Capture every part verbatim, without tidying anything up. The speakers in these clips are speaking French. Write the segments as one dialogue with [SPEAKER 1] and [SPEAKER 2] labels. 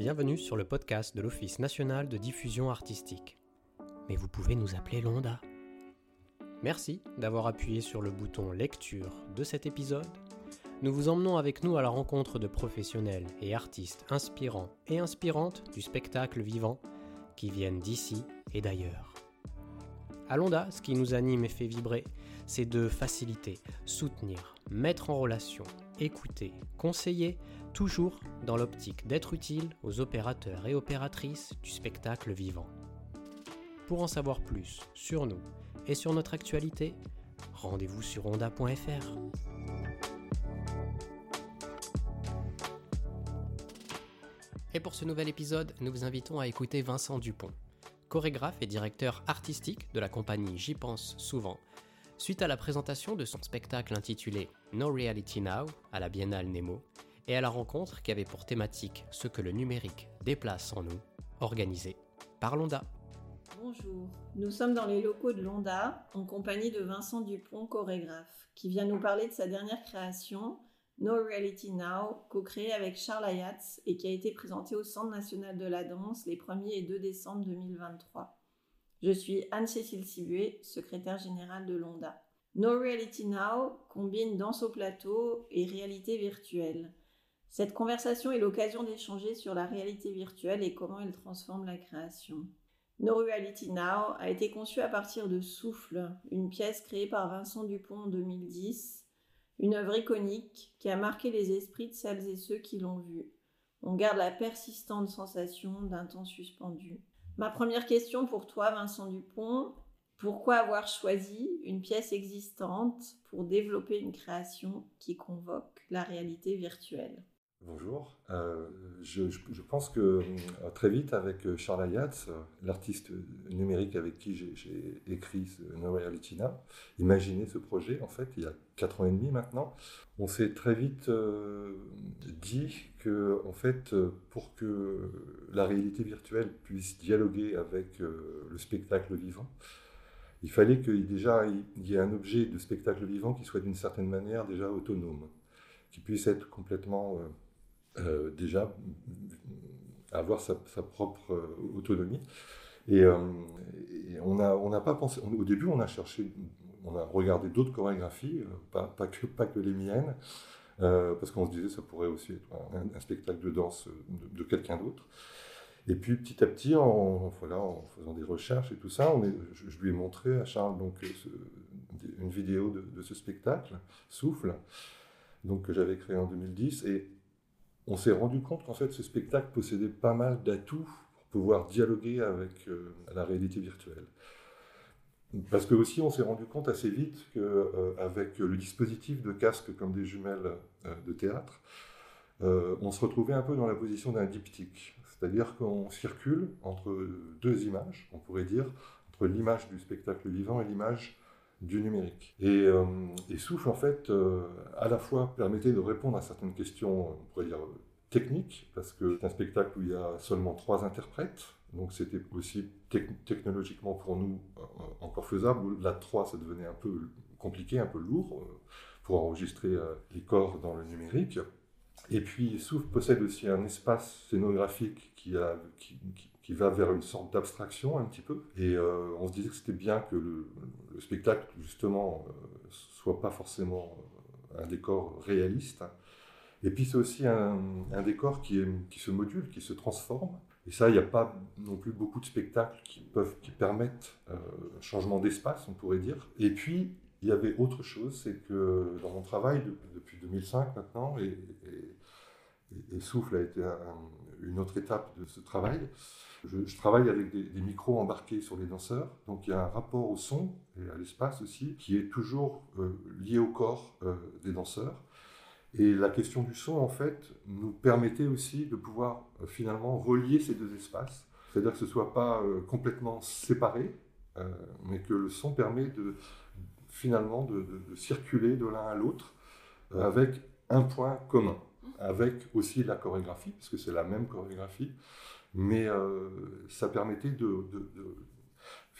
[SPEAKER 1] Bienvenue sur le podcast de l'Office national de diffusion artistique. Mais vous pouvez nous appeler Londa. Merci d'avoir appuyé sur le bouton lecture de cet épisode. Nous vous emmenons avec nous à la rencontre de professionnels et artistes inspirants et inspirantes du spectacle vivant qui viennent d'ici et d'ailleurs. À Londa, ce qui nous anime et fait vibrer, c'est de faciliter, soutenir, mettre en relation, écouter, conseiller, toujours dans l'optique d'être utile aux opérateurs et opératrices du spectacle vivant. Pour en savoir plus sur nous et sur notre actualité, rendez-vous sur onda point f r. Et pour ce nouvel épisode, nous vous invitons à écouter Vincent Dupont, chorégraphe et directeur artistique de la compagnie J'y pense souvent, suite à la présentation de son spectacle intitulé No Reality Now à la Biennale Nemo et à la rencontre qui avait pour thématique ce que le numérique déplace en nous, organisée par Londa.
[SPEAKER 2] Bonjour, nous sommes dans les locaux de Londa en compagnie de Vincent Dupont, chorégraphe, qui vient nous parler de sa dernière création, No Reality Now, co-créée avec Charles Ayatz et qui a été présentée au Centre national de la danse les premier et deux décembre deux mille vingt-trois. Je suis Anne-Cécile Sibué, secrétaire générale de Londa. No Reality Now combine danse au plateau et réalité virtuelle. Cette conversation est l'occasion d'échanger sur la réalité virtuelle et comment elle transforme la création. No Reality Now a été conçu à partir de Souffle, une pièce créée par Vincent Dupont en deux mille dix, une œuvre iconique qui a marqué les esprits de celles et ceux qui l'ont vue. On garde la persistante sensation d'un temps suspendu. Ma première question pour toi, Vincent Dupont, pourquoi avoir choisi une pièce existante pour développer une création qui convoque la réalité virtuelle ?
[SPEAKER 3] Bonjour, euh, je, je, je pense que euh, très vite avec Charles Ayatz, euh, l'artiste numérique avec qui j'ai, j'ai écrit ce No Reality Now, imaginé ce projet en fait il y a quatre ans et demi maintenant, on s'est très vite euh, dit que en fait pour que la réalité virtuelle puisse dialoguer avec euh, le spectacle vivant, il fallait qu'il déjà il y ait un objet de spectacle vivant qui soit d'une certaine manière déjà autonome, qui puisse être complètement euh, Euh, déjà avoir sa, sa propre euh, autonomie et, euh, et on a on n'a pas pensé on, au début on a cherché on a regardé d'autres chorégraphies euh, pas, pas que pas que les miennes euh, parce qu'on se disait ça pourrait aussi être un, un spectacle de danse de, de quelqu'un d'autre et puis petit à petit en, voilà, en faisant des recherches et tout ça on est, je, je lui ai montré à Charles donc ce, une vidéo de, de ce spectacle Souffle donc que j'avais créé en deux mille dix et on s'est rendu compte qu'en fait, ce spectacle possédait pas mal d'atouts pour pouvoir dialoguer avec euh, la réalité virtuelle. Parce que aussi, on s'est rendu compte assez vite qu'avec euh, le dispositif de casque comme des jumelles euh, de théâtre, euh, on se retrouvait un peu dans la position d'un diptyque. C'est-à-dire qu'on circule entre deux images, on pourrait dire, entre l'image du spectacle vivant et l'image du numérique. Et, euh, et Souffle, en fait, euh, à la fois permettait de répondre à certaines questions, on pourrait dire, techniques, parce que c'est un spectacle où il y a seulement trois interprètes, donc c'était aussi te- technologiquement pour nous euh, encore faisable. Là, trois, ça devenait un peu compliqué, un peu lourd, euh, pour enregistrer euh, les corps dans le numérique. Et puis, Souffle possède aussi un espace scénographique qui, a, qui, qui, qui va vers une sorte d'abstraction un petit peu. Et euh, on se disait que c'était bien que le, le spectacle, justement, euh, soit pas forcément un décor réaliste. Et puis, c'est aussi un, un décor qui, est, qui se module, qui se transforme. Et ça, il n'y a pas non plus beaucoup de spectacles qui, peuvent, qui permettent euh, un changement d'espace, on pourrait dire. Et puis, il y avait autre chose, c'est que dans mon travail, de, depuis deux mille cinq maintenant, et, et, et Souffle a été un, une autre étape de ce travail, je, je travaille avec des, des micros embarqués sur les danseurs, donc il y a un rapport au son et à l'espace aussi, qui est toujours euh, lié au corps euh, des danseurs. Et la question du son, en fait, nous permettait aussi de pouvoir euh, finalement relier ces deux espaces, c'est-à-dire que ce ne soit pas euh, complètement séparé, euh, mais que le son permet de finalement de, de, de circuler de l'un à l'autre euh, avec un point commun, avec aussi la chorégraphie, parce que c'est la même chorégraphie, mais euh, ça permettait de, de, de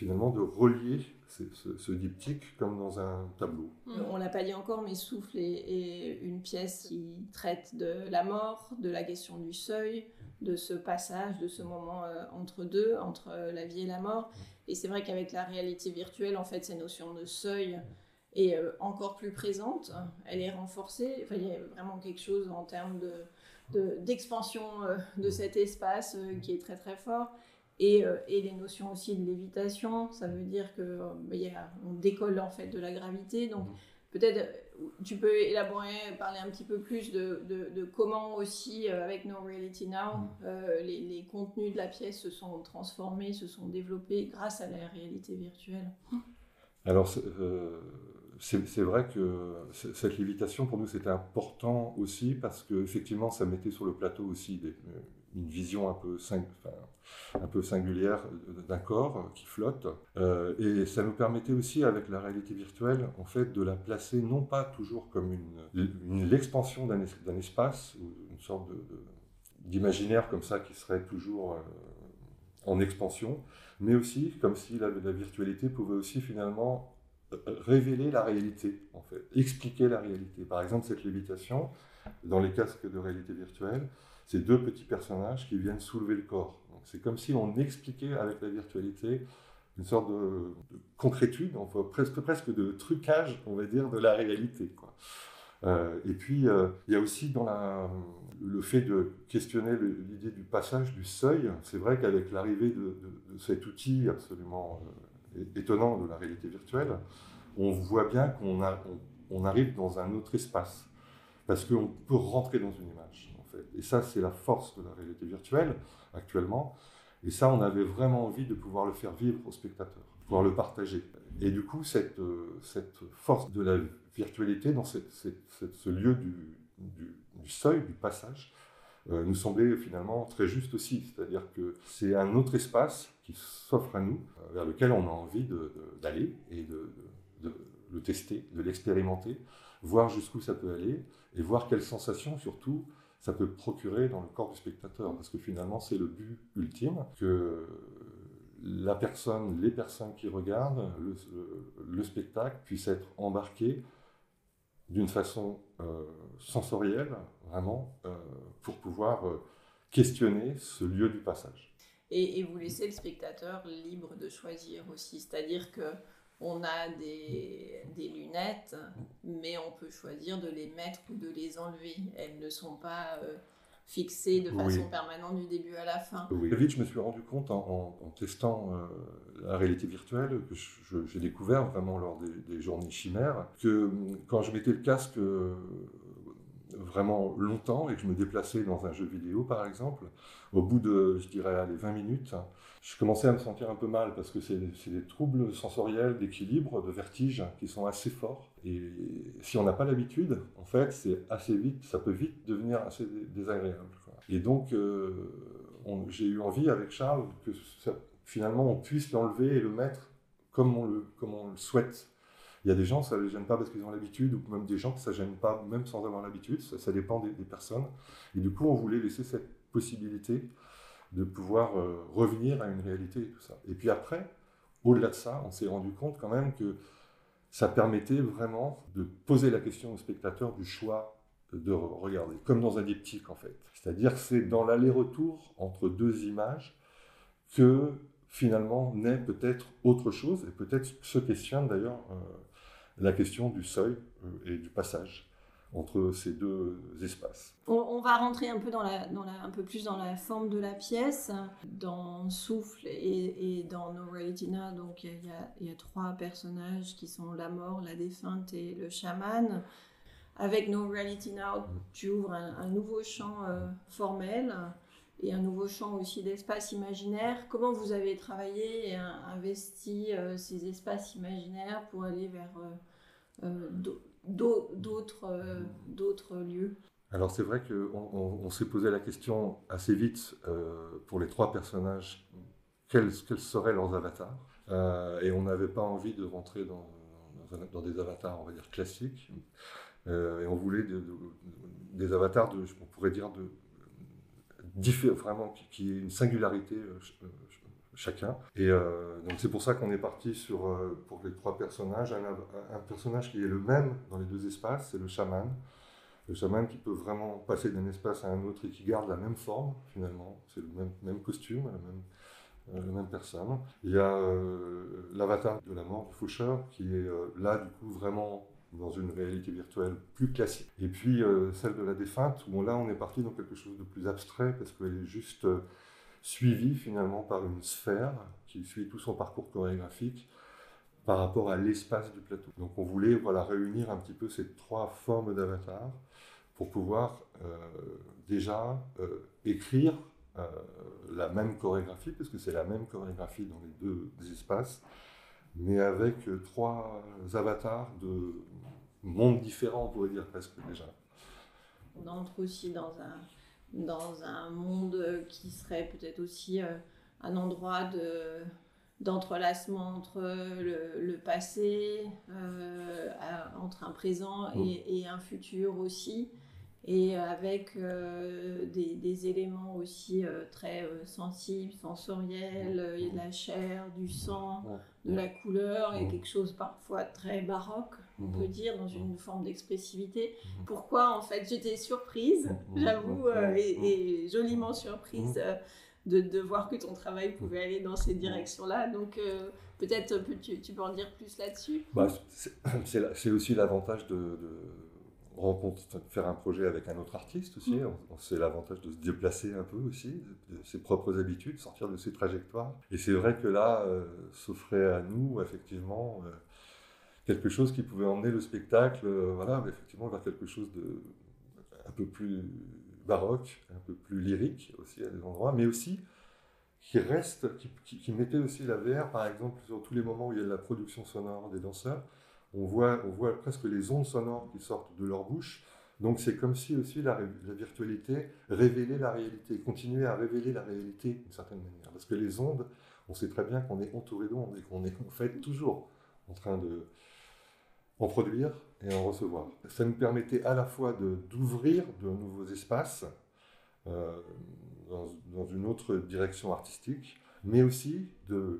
[SPEAKER 3] finalement de relier ce, ce, ce diptyque comme dans un tableau.
[SPEAKER 2] On l'a pas dit encore, mais Souffle est, est une pièce qui traite de la mort, de la question du seuil, de ce passage, de ce moment euh, entre deux, entre euh, la vie et la mort. Et c'est vrai qu'avec la réalité virtuelle, en fait, ces notions de seuil est euh, encore plus présente. Elle est renforcée. Enfin, il y a vraiment quelque chose en termes de, de, d'expansion euh, de cet espace euh, qui est très très fort. Et, euh, et les notions aussi de lévitation, ça veut dire qu'on euh, décolle en fait de la gravité. Donc peut-être tu peux élaborer, parler un petit peu plus de, de, de comment aussi, euh, avec No Reality Now, euh, les, les contenus de la pièce se sont transformés, se sont développés grâce à la réalité virtuelle.
[SPEAKER 3] Alors c'est, euh, c'est, c'est vrai que cette lévitation pour nous c'était important aussi parce qu'effectivement ça mettait sur le plateau aussi des, une vision un peu, sing, enfin, un peu singulière d'un corps qui flotte. Euh, et ça nous permettait aussi, avec la réalité virtuelle, en fait, de la placer non pas toujours comme une, une, l'expansion d'un, d'un espace, ou une sorte de, de, d'imaginaire comme ça qui serait toujours euh, en expansion, mais aussi comme si la, la virtualité pouvait aussi finalement révéler la réalité, en fait, expliquer la réalité. Par exemple, cette lévitation, dans les casques de réalité virtuelle, c'est deux petits personnages qui viennent soulever le corps. Donc, c'est comme si on expliquait avec la virtualité une sorte de, de concrétude, enfin, presque, presque de trucage, on va dire, de la réalité, quoi. Euh, et puis, euh, il y a aussi dans la, le fait de questionner le, l'idée du passage, du seuil. C'est vrai qu'avec l'arrivée de, de, de cet outil absolument euh, étonnant de la réalité virtuelle, on voit bien qu'on a, on, on arrive dans un autre espace, parce qu'on peut rentrer dans une image. Et ça, c'est la force de la réalité virtuelle, actuellement. Et ça, on avait vraiment envie de pouvoir le faire vivre aux spectateurs, pouvoir le partager. Et du coup, cette, cette force de la virtualité dans cette, cette, cette, ce lieu du, du, du seuil, du passage, euh, nous semblait finalement très juste aussi. C'est-à-dire que c'est un autre espace qui s'offre à nous, euh, vers lequel on a envie de, de, d'aller et de, de, de le tester, de l'expérimenter, voir jusqu'où ça peut aller et voir quelles sensations, surtout, ça peut procurer dans le corps du spectateur, parce que finalement, c'est le but ultime, que la personne, les personnes qui regardent le, le, le spectacle puissent être embarquées d'une façon euh, sensorielle, vraiment, euh, pour pouvoir euh, questionner ce lieu du passage.
[SPEAKER 2] Et, et vous laissez le spectateur libre de choisir aussi, c'est-à-dire que on a des, des lunettes, mais on peut choisir de les mettre ou de les enlever. Elles ne sont pas euh, fixées de façon oui. permanente du début à la fin.
[SPEAKER 3] Oui. Très vite, je me suis rendu compte en, en, en testant euh, la réalité virtuelle, que je, je, j'ai découvert vraiment lors des, des journées chimères, que quand je mettais le casque euh, vraiment longtemps et que je me déplaçais dans un jeu vidéo, par exemple, au bout de, je dirais, allez, vingt minutes, je commençais à me sentir un peu mal parce que c'est, c'est des troubles sensoriels, d'équilibre, de vertige qui sont assez forts. Et si on n'a pas l'habitude, en fait, c'est assez vite, ça peut vite devenir assez désagréable, quoi. Et donc, euh, on, j'ai eu envie avec Charles que ça, finalement on puisse l'enlever et le mettre comme on le, comme on le souhaite. Il y a des gens, ça ne les gêne pas parce qu'ils ont l'habitude, ou même des gens que ça ne gêne pas même sans avoir l'habitude, ça, ça dépend des, des personnes. Et du coup, on voulait laisser cette possibilité de pouvoir euh, revenir à une réalité et tout ça. Et puis après, au-delà de ça, on s'est rendu compte quand même que ça permettait vraiment de poser la question au spectateur du choix de regarder, comme dans un diptyque en fait. C'est-à-dire que c'est dans l'aller-retour entre deux images que finalement naît peut-être autre chose, et peut-être se questionne d'ailleurs euh, la question du seuil euh, et du passage entre ces deux espaces.
[SPEAKER 2] On, on va rentrer un peu, dans la, dans la, un peu plus dans la forme de la pièce. Dans Souffle et, et dans No Reality Now, donc il y, y, y a trois personnages qui sont la mort, la défunte et le chaman. Avec No Reality Now, tu ouvres un, un nouveau champ euh, formel et un nouveau champ aussi d'espace imaginaire. Comment vous avez travaillé et investi euh, ces espaces imaginaires pour aller vers euh, euh, d'autres, euh, d'autres lieux?
[SPEAKER 3] Alors c'est vrai qu'on on, on s'est posé la question assez vite euh, pour les trois personnages, quels, quels seraient leurs avatars, euh, et on n'avait pas envie de rentrer dans, dans, un, dans des avatars, on va dire, classiques, euh, et on voulait de, de, de, des avatars, de, on pourrait dire, de, diffé- vraiment qui, qui est une singularité euh, chacun. Et euh, donc c'est pour ça qu'on est parti sur, euh, pour les trois personnages, un, un personnage qui est le même dans les deux espaces, c'est le chaman. Le chaman qui peut vraiment passer d'un espace à un autre et qui garde la même forme, finalement. C'est le même, même costume, la même, euh, la même personne. Il y a euh, l'avatar de la mort du faucheur, qui est euh, là, du coup, vraiment dans une réalité virtuelle plus classique. Et puis euh, celle de la défunte, où là, on est parti dans quelque chose de plus abstrait, parce qu'elle est juste euh, suivie, finalement, par une sphère qui suit tout son parcours chorégraphique par rapport à l'espace du plateau. Donc on voulait voilà, réunir un petit peu ces trois formes d'avatar pour pouvoir euh, déjà euh, écrire euh, la même chorégraphie, parce que c'est la même chorégraphie dans les deux espaces, mais avec euh, trois avatars de mondes différents, on pourrait dire presque déjà.
[SPEAKER 2] On entre aussi dans un, dans un monde qui serait peut-être aussi euh, un endroit de... d'entrelacement entre le, le passé, euh, à, entre un présent et, et un futur aussi, et avec euh, des, des éléments aussi euh, très euh, sensibles, sensoriels, il y a de la chair, du sang, de la couleur, et quelque chose parfois très baroque, on peut dire, dans une forme d'expressivité. Pourquoi, en fait, j'étais surprise, j'avoue, euh, et, et joliment surprise, euh, De, de voir que ton travail pouvait aller dans ces directions-là. Donc, euh, peut-être tu, tu peux en dire plus là-dessus.
[SPEAKER 3] Bah, c'est, c'est, c'est aussi l'avantage de, de, rencontre, de faire un projet avec un autre artiste aussi. Mmh. C'est l'avantage de se déplacer un peu aussi, de, de ses propres habitudes, sortir de ses trajectoires. Et c'est vrai que là, euh, s'offrait à nous, effectivement, euh, quelque chose qui pouvait emmener le spectacle euh, voilà, effectivement, vers quelque chose de un peu plus baroque, un peu plus lyrique aussi à des endroits, mais aussi qui reste, qui, qui, qui mettait aussi la V R, par exemple, sur tous les moments où il y a de la production sonore des danseurs, on voit, on voit presque les ondes sonores qui sortent de leur bouche. Donc c'est comme si aussi la, la virtualité révélait la réalité, continuait à révéler la réalité d'une certaine manière. Parce que les ondes, on sait très bien qu'on est entouré d'ondes et qu'on est en fait toujours en train de en produire et en recevoir. Ça nous permettait à la fois de, d'ouvrir de nouveaux espaces euh, dans, dans une autre direction artistique, mais aussi de,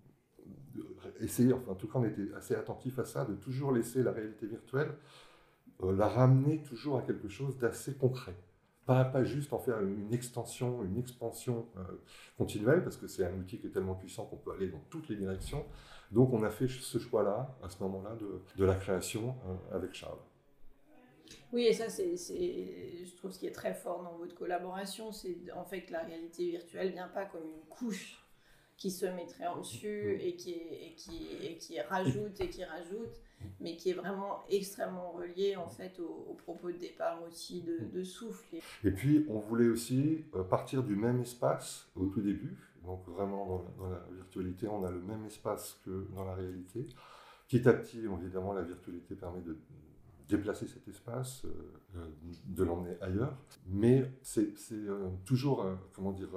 [SPEAKER 3] de essayer, enfin en tout cas on était assez attentifs à ça, de toujours laisser la réalité virtuelle, euh, la ramener toujours à quelque chose d'assez concret. Pas, pas juste en faire une extension, une expansion euh, continuelle, parce que c'est un outil qui est tellement puissant qu'on peut aller dans toutes les directions. Donc on a fait ce choix-là, à ce moment-là, de, de la création euh, avec Charles.
[SPEAKER 2] Oui, et ça, c'est, c'est, je trouve ce qui est très fort dans votre collaboration, c'est en fait que la réalité virtuelle ne vient pas comme une couche qui se mettrait en dessus et qui, et qui, et qui rajoute et qui rajoute, mais qui est vraiment extrêmement relié en fait au, au propos de départ aussi de, de souffle.
[SPEAKER 3] Et puis on voulait aussi partir du même espace au tout début, donc vraiment dans la, dans la virtualité on a le même espace que dans la réalité. Petit à petit, évidemment, la virtualité permet de déplacer cet espace, euh, de l'emmener ailleurs, mais c'est, c'est euh, toujours, euh, comment dire,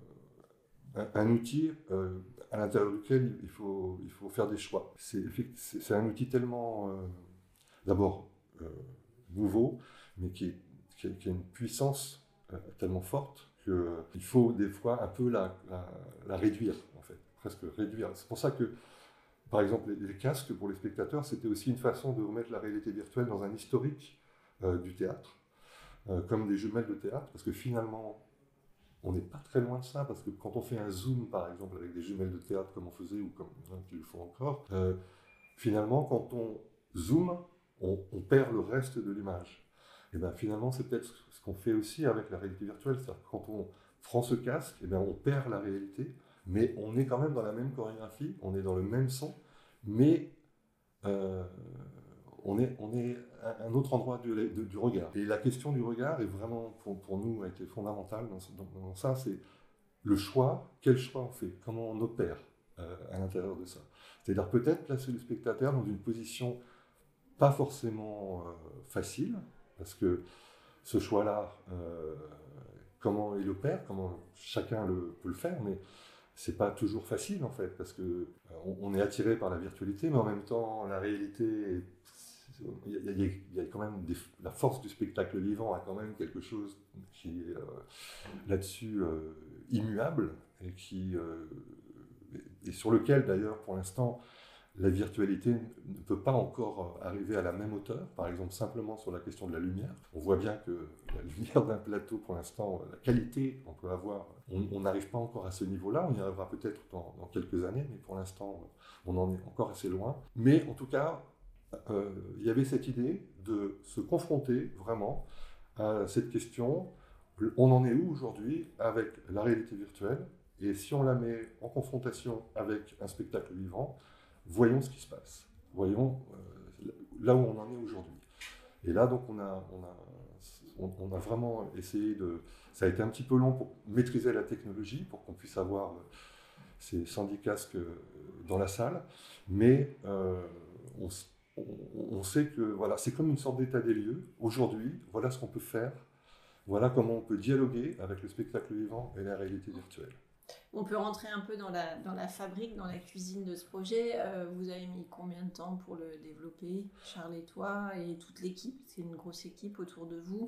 [SPEAKER 3] euh, un, un outil euh, à l'intérieur duquel il faut, il faut faire des choix. C'est, c'est, c'est un outil tellement, euh, d'abord, euh, nouveau, mais qui, est, qui, a, qui a une puissance euh, tellement forte qu'il euh, faut des fois un peu la, la, la réduire, en fait, presque réduire. C'est pour ça que par exemple, les, les casques pour les spectateurs, c'était aussi une façon de remettre la réalité virtuelle dans un historique euh, du théâtre, euh, comme des jumelles de théâtre, parce que finalement, on n'est pas très loin de ça, parce que quand on fait un zoom, par exemple, avec des jumelles de théâtre, comme on faisait, ou comme hein, qui le font encore, euh, finalement, quand on zoome, on, on perd le reste de l'image. Et bien finalement, c'est peut-être ce qu'on fait aussi avec la réalité virtuelle, c'est-à-dire que quand on prend ce casque, et bien on perd la réalité, mais on est quand même dans la même chorégraphie, on est dans le même son, mais euh, on est, on est à un autre endroit du, de, du regard. Et la question du regard est vraiment, pour, pour nous, a été fondamentale dans, dans, dans ça, c'est le choix, quel choix on fait, comment on opère euh, à l'intérieur de ça. C'est-à-dire peut-être placer le spectateur dans une position pas forcément euh, facile, parce que ce choix-là, euh, comment il opère, comment chacun le, peut le faire, mais c'est pas toujours facile en fait, parce que euh, on, on est attiré par la virtualité, mais en même temps, la réalité, il y, y, y a quand même des, la force du spectacle vivant a quand même quelque chose qui est euh, là-dessus euh, immuable et qui euh, et sur lequel d'ailleurs pour l'instant la virtualité ne peut pas encore arriver à la même hauteur, par exemple simplement sur la question de la lumière. On voit bien que la lumière d'un plateau, pour l'instant, la qualité qu'on peut avoir, on n'arrive pas encore à ce niveau-là, on y arrivera peut-être dans, dans quelques années, mais pour l'instant, on en est encore assez loin. Mais en tout cas, euh, il y avait cette idée de se confronter vraiment à cette question, on en est où aujourd'hui avec la réalité virtuelle, et si on la met en confrontation avec un spectacle vivant, voyons ce qui se passe, voyons euh, là où on en est aujourd'hui. Et là, donc, on a, on, a, on, on a vraiment essayé de... Ça a été un petit peu long pour maîtriser la technologie, pour qu'on puisse avoir euh, ces cent dix casques dans la salle, mais euh, on, on, on sait que voilà, c'est comme une sorte d'état des lieux. Aujourd'hui, voilà ce qu'on peut faire, voilà comment on peut dialoguer avec le spectacle vivant et la réalité virtuelle.
[SPEAKER 2] On peut rentrer un peu dans la, dans la fabrique, dans la cuisine de ce projet. Euh, vous avez mis combien de temps pour le développer, Charles et toi, et toute l'équipe? C'est une grosse équipe autour de vous.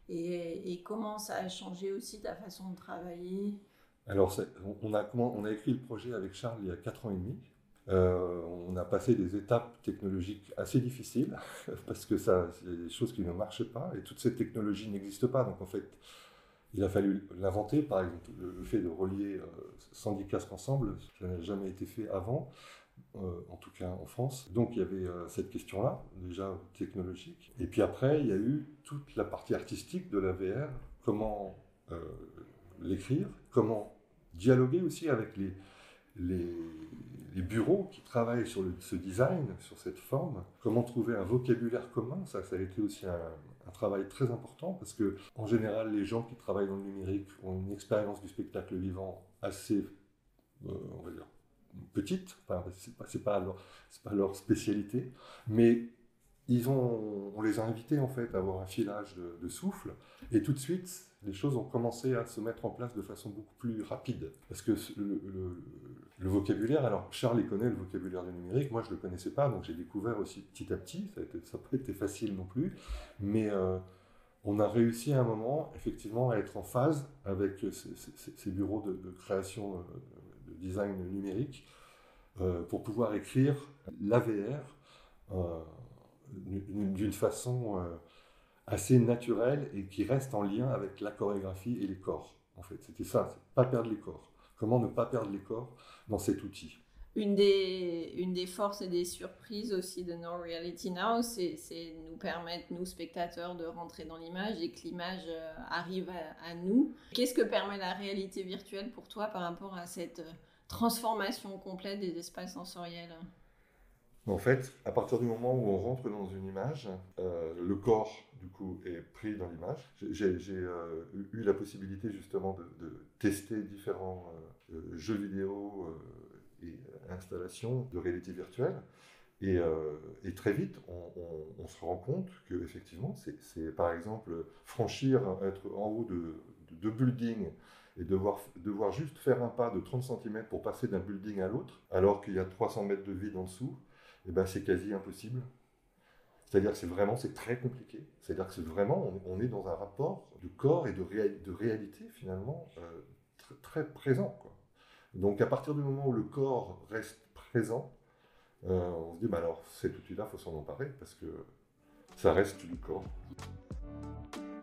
[SPEAKER 2] Et, et comment ça a changé aussi ta façon de travailler?
[SPEAKER 3] Alors, on a, on a écrit le projet avec Charles il y a quatre ans et demi. Euh, on a passé des étapes technologiques assez difficiles, parce que ça, c'est des choses qui ne marchaient pas, et toute cette technologie n'existe pas. Donc, en fait, il a fallu l'inventer, par exemple, le fait de relier euh, cent dix casques ensemble, ça n'a jamais été fait avant, euh, en tout cas en France. Donc il y avait euh, cette question-là, déjà technologique. Et puis après, il y a eu toute la partie artistique de la V R, comment euh, l'écrire, comment dialoguer aussi avec les, les, les bureaux qui travaillent sur le, ce design, sur cette forme, comment trouver un vocabulaire commun, ça, ça a été aussi un... un travail très important parce que, en général, les gens qui travaillent dans le numérique ont une expérience du spectacle vivant assez, euh, on va dire, petite. Enfin, c'est pas, c'est pas leur, c'est pas leur spécialité, mais ils ont, on les a invités en fait à avoir un filage de, de souffle, et tout de suite, les choses ont commencé à se mettre en place de façon beaucoup plus rapide. Parce que le, le, le vocabulaire, alors Charles il connaît le vocabulaire du numérique, moi je ne le connaissais pas, donc j'ai découvert aussi petit à petit, ça n'a pas été facile non plus, mais euh, on a réussi à un moment, effectivement, à être en phase avec ces, ces, ces bureaux de, de création, de design numérique, euh, pour pouvoir écrire l'A V R euh, d'une façon... Euh, assez naturel et qui reste en lien avec la chorégraphie et les corps. En fait, c'était ça, c'est pas perdre les corps. Comment ne pas perdre les corps dans cet outil?
[SPEAKER 2] Une des, une des forces et des surprises aussi de No Reality Now, c'est, c'est nous permettre, nous spectateurs, de rentrer dans l'image et que l'image arrive à, à nous. Qu'est-ce que permet la réalité virtuelle pour toi par rapport à cette transformation complète des espaces sensoriels?
[SPEAKER 3] En fait, à partir du moment où on rentre dans une image, euh, le corps, du coup, est pris dans l'image. J'ai, j'ai euh, eu la possibilité, justement, de, de tester différents euh, jeux vidéo euh, et installations de réalité virtuelle. Et, euh, et très vite, on, on, on se rend compte que, effectivement, c'est, c'est par exemple franchir, être en haut de, de deux buildings et devoir, devoir juste faire un pas de trente centimètres pour passer d'un building à l'autre, alors qu'il y a trois cents mètres de vide en dessous. Eh ben, c'est quasi impossible. C'est-à-dire que c'est vraiment, c'est très compliqué. C'est-à-dire que c'est vraiment, on, on est dans un rapport de corps et de, réa- de réalité finalement euh, très, très présent, quoi. Donc à partir du moment où le corps reste présent, euh, on se dit, bah alors cet outil-là, il faut s'en emparer parce que ça reste du corps.